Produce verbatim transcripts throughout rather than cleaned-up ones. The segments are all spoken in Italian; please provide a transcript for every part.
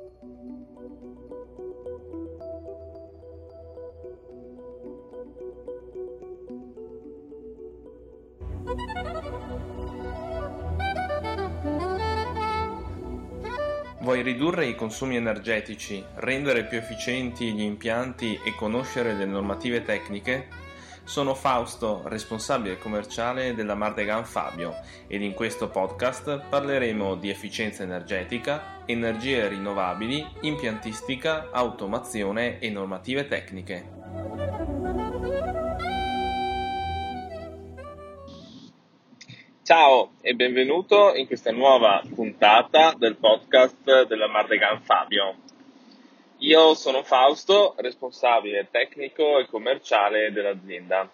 Vuoi ridurre i consumi energetici, rendere più efficienti gli impianti e conoscere le normative tecniche? Sono Fausto, responsabile commerciale della Mardegan Fabio, ed in questo podcast parleremo di efficienza energetica, energie rinnovabili, impiantistica, automazione e normative tecniche. Ciao e benvenuto in questa nuova puntata del podcast della Mardegan Fabio. Io sono Fausto, responsabile tecnico e commerciale dell'azienda.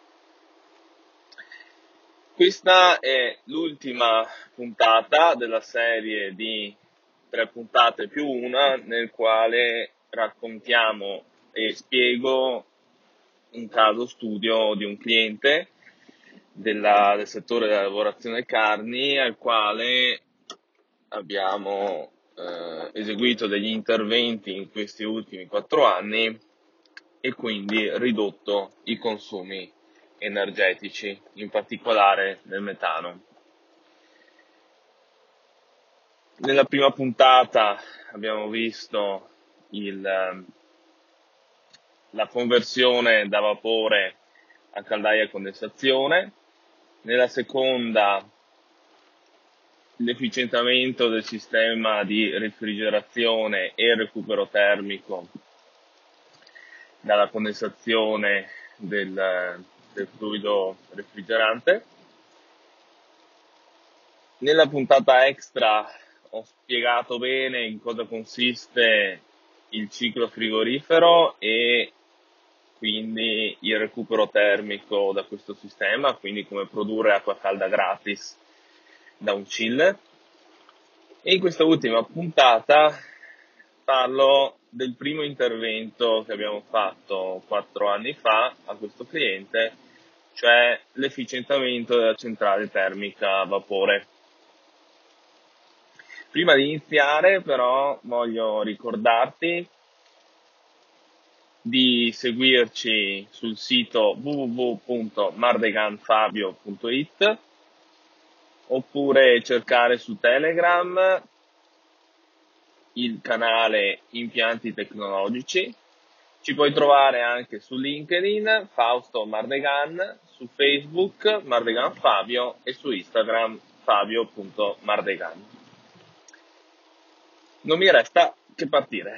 Questa è l'ultima puntata della serie di tre puntate più una, nel quale raccontiamo e spiego un caso studio di un cliente della, del settore della lavorazione carni, al quale abbiamo eh, eseguito degli interventi in questi ultimi quattro anni e quindi ridotto i consumi energetici, in particolare del metano. Nella prima puntata abbiamo visto il, la conversione da vapore a caldaia e condensazione. Nella seconda, l'efficientamento del sistema di refrigerazione e recupero termico dalla condensazione del, del fluido refrigerante. Nella puntata extra ho spiegato bene in cosa consiste il ciclo frigorifero e quindi il recupero termico da questo sistema, quindi come produrre acqua calda gratis da un chiller. E in questa ultima puntata parlo del primo intervento che abbiamo fatto quattro anni fa a questo cliente, cioè l'efficientamento della centrale termica a vapore. Prima di iniziare però voglio ricordarti di seguirci sul sito w w w punto mardeganfabio punto i t oppure cercare su Telegram il canale Impianti Tecnologici. Ci puoi trovare anche su LinkedIn Fausto Mardegan, su Facebook Mardegan Fabio e su Instagram fabio punto mardegan. Non mi resta che partire.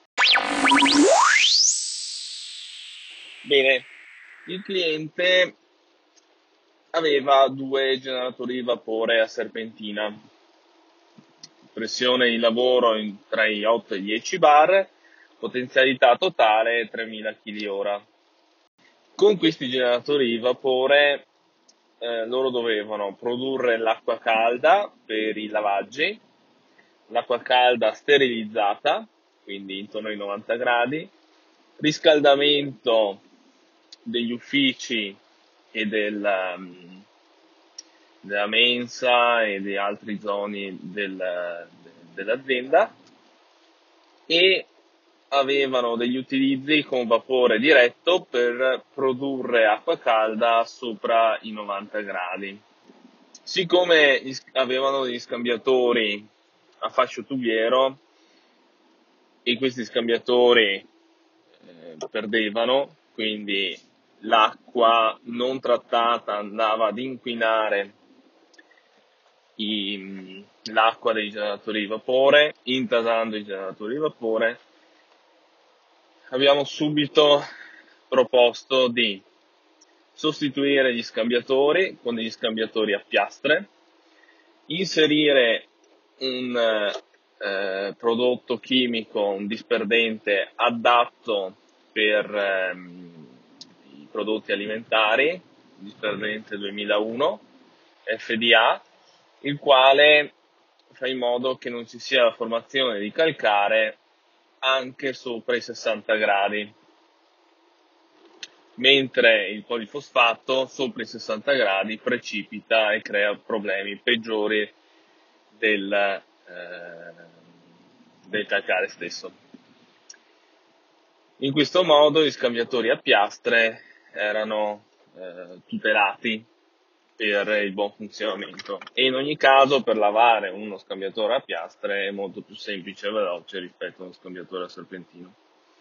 Bene, il cliente aveva due generatori di vapore a serpentina, pressione di lavoro in, tra i otto e i dieci bar, potenzialità totale tremila chilowattora. Con questi generatori di vapore eh, loro dovevano produrre l'acqua calda per i lavaggi, l'acqua calda sterilizzata, quindi intorno ai novanta gradi, riscaldamento degli uffici e del, um, della mensa e di altre zone del, de, dell'azienda, e avevano degli utilizzi con vapore diretto per produrre acqua calda sopra i novanta gradi. Siccome avevano degli scambiatori a fascio tubiero e questi scambiatori eh, perdevano, quindi l'acqua non trattata andava ad inquinare i, l'acqua dei generatori di vapore, intasando i generatori di vapore, abbiamo subito proposto di sostituire gli scambiatori con degli scambiatori a piastre, inserire un eh, prodotto chimico, un disperdente adatto per ehm, i prodotti alimentari, disperdente duemilauno F D A, il quale fa in modo che non ci sia la formazione di calcare anche sopra i sessanta gradi, mentre il polifosfato sopra i sessanta gradi precipita e crea problemi peggiori del, eh, del calcare stesso. In questo modo gli scambiatori a piastre erano eh, tutelati per il buon funzionamento, e in ogni caso per lavare uno scambiatore a piastre è molto più semplice e veloce rispetto a uno scambiatore a serpentino.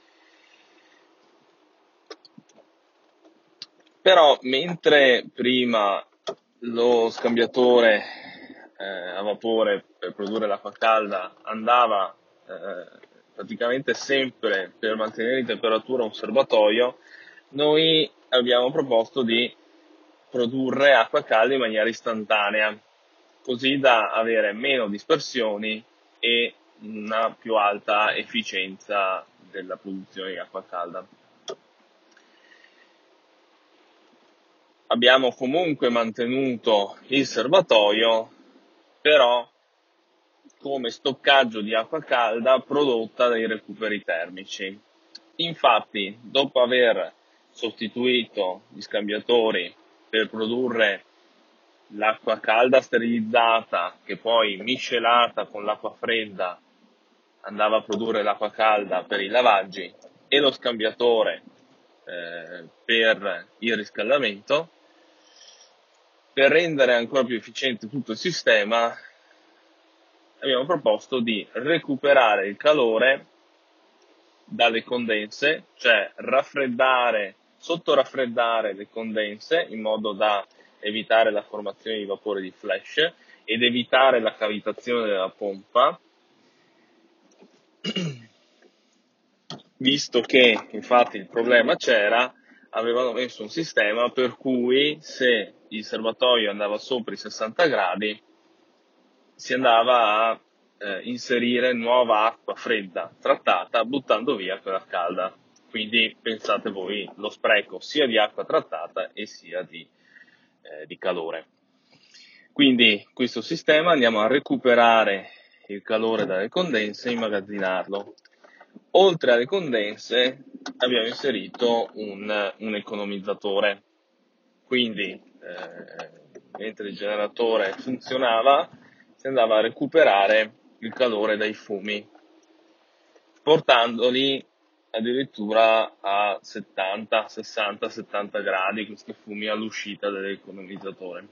Però mentre prima lo scambiatore eh, a vapore per produrre l'acqua calda andava eh, praticamente sempre per mantenere in temperatura un serbatoio, noi abbiamo proposto di produrre acqua calda in maniera istantanea, così da avere meno dispersioni e una più alta efficienza della produzione di acqua calda. Abbiamo comunque mantenuto il serbatoio, però come stoccaggio di acqua calda prodotta dai recuperi termici. Infatti, dopo aver sostituito gli scambiatori per produrre l'acqua calda sterilizzata, che poi miscelata con l'acqua fredda andava a produrre l'acqua calda per i lavaggi, e lo scambiatore eh, per il riscaldamento, per rendere ancora più efficiente tutto il sistema, abbiamo proposto di recuperare il calore dalle condense, cioè raffreddare, sottoraffreddare le condense in modo da evitare la formazione di vapore di flash ed evitare la cavitazione della pompa, visto che infatti il problema c'era. Avevano messo un sistema per cui se il serbatoio andava sopra i sessanta gradi si andava a eh, inserire nuova acqua fredda trattata, buttando via quella calda. Quindi pensate voi lo spreco sia di acqua trattata e sia di, eh, di calore. Quindi questo sistema andiamo a recuperare il calore dalle condense e immagazzinarlo. Oltre alle condense abbiamo inserito un, un economizzatore, quindi eh, mentre il generatore funzionava si andava a recuperare il calore dai fumi, portandoli addirittura a settanta, sessanta, settanta gradi questi fumi all'uscita dell'economizzatore.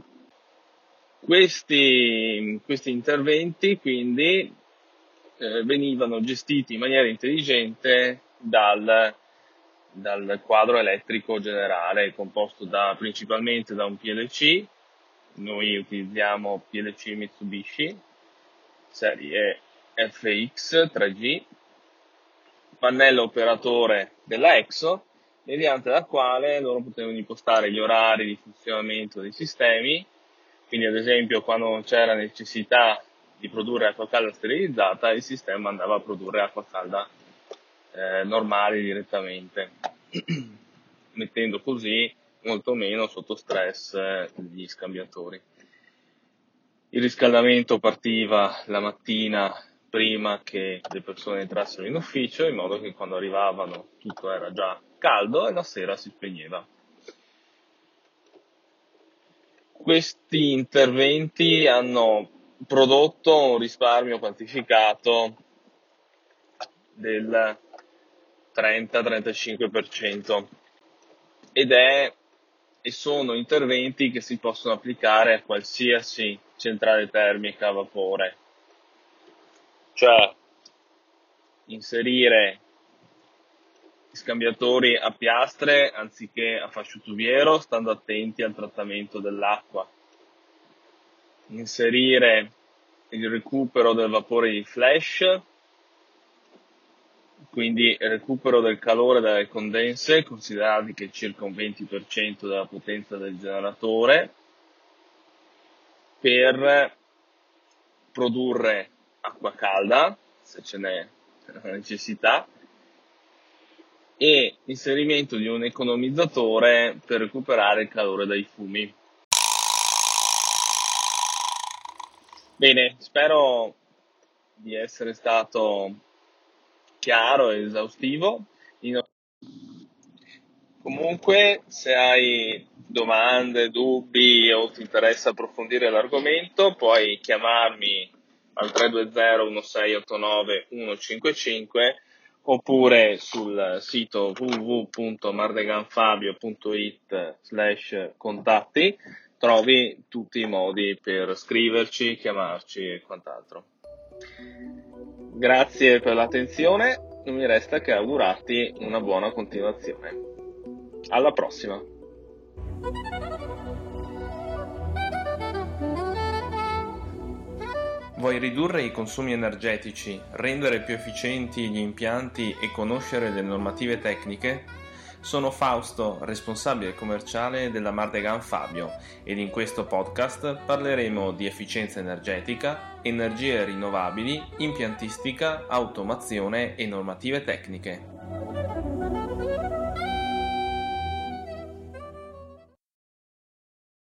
Questi, questi interventi quindi eh, venivano gestiti in maniera intelligente dal, dal quadro elettrico generale, composto da, principalmente da un P L C. Noi utilizziamo P L C Mitsubishi, serie F X tre G, pannello operatore della Exo, mediante la quale loro potevano impostare gli orari di funzionamento dei sistemi. Quindi ad esempio quando non c'era necessità di produrre acqua calda sterilizzata, il sistema andava a produrre acqua calda eh, normale direttamente, mettendo così molto meno sotto stress eh, gli scambiatori. Il riscaldamento partiva la mattina prima che le persone entrassero in ufficio, in modo che quando arrivavano tutto era già caldo e la sera si spegneva. Questi interventi hanno prodotto un risparmio quantificato del trenta trentacinque per cento ed è e sono interventi che si possono applicare a qualsiasi centrale termica a vapore, cioè inserire scambiatori a piastre anziché a fascio tubiero, stando attenti al trattamento dell'acqua, inserire il recupero del vapore di flash, quindi il recupero del calore dalle condense, considerati che circa un venti per cento della potenza del generatore, per produrre acqua calda, se ce n'è la necessità, e inserimento di un economizzatore per recuperare il calore dai fumi. Bene, spero di essere stato chiaro e esaustivo. Comunque, se hai domande, dubbi o ti interessa approfondire l'argomento, puoi chiamarmi al tre due zero uno sei otto nove uno cinque cinque oppure sul sito w w w punto mardeganfabio punto it slash contatti trovi tutti i modi per scriverci, chiamarci e quant'altro. Grazie per l'attenzione, non mi resta che augurarti una buona continuazione. Alla prossima! Vuoi ridurre i consumi energetici, rendere più efficienti gli impianti e conoscere le normative tecniche? Sono Fausto, responsabile commerciale della Mardegan Fabio, ed in questo podcast parleremo di efficienza energetica, energie rinnovabili, impiantistica, automazione e normative tecniche.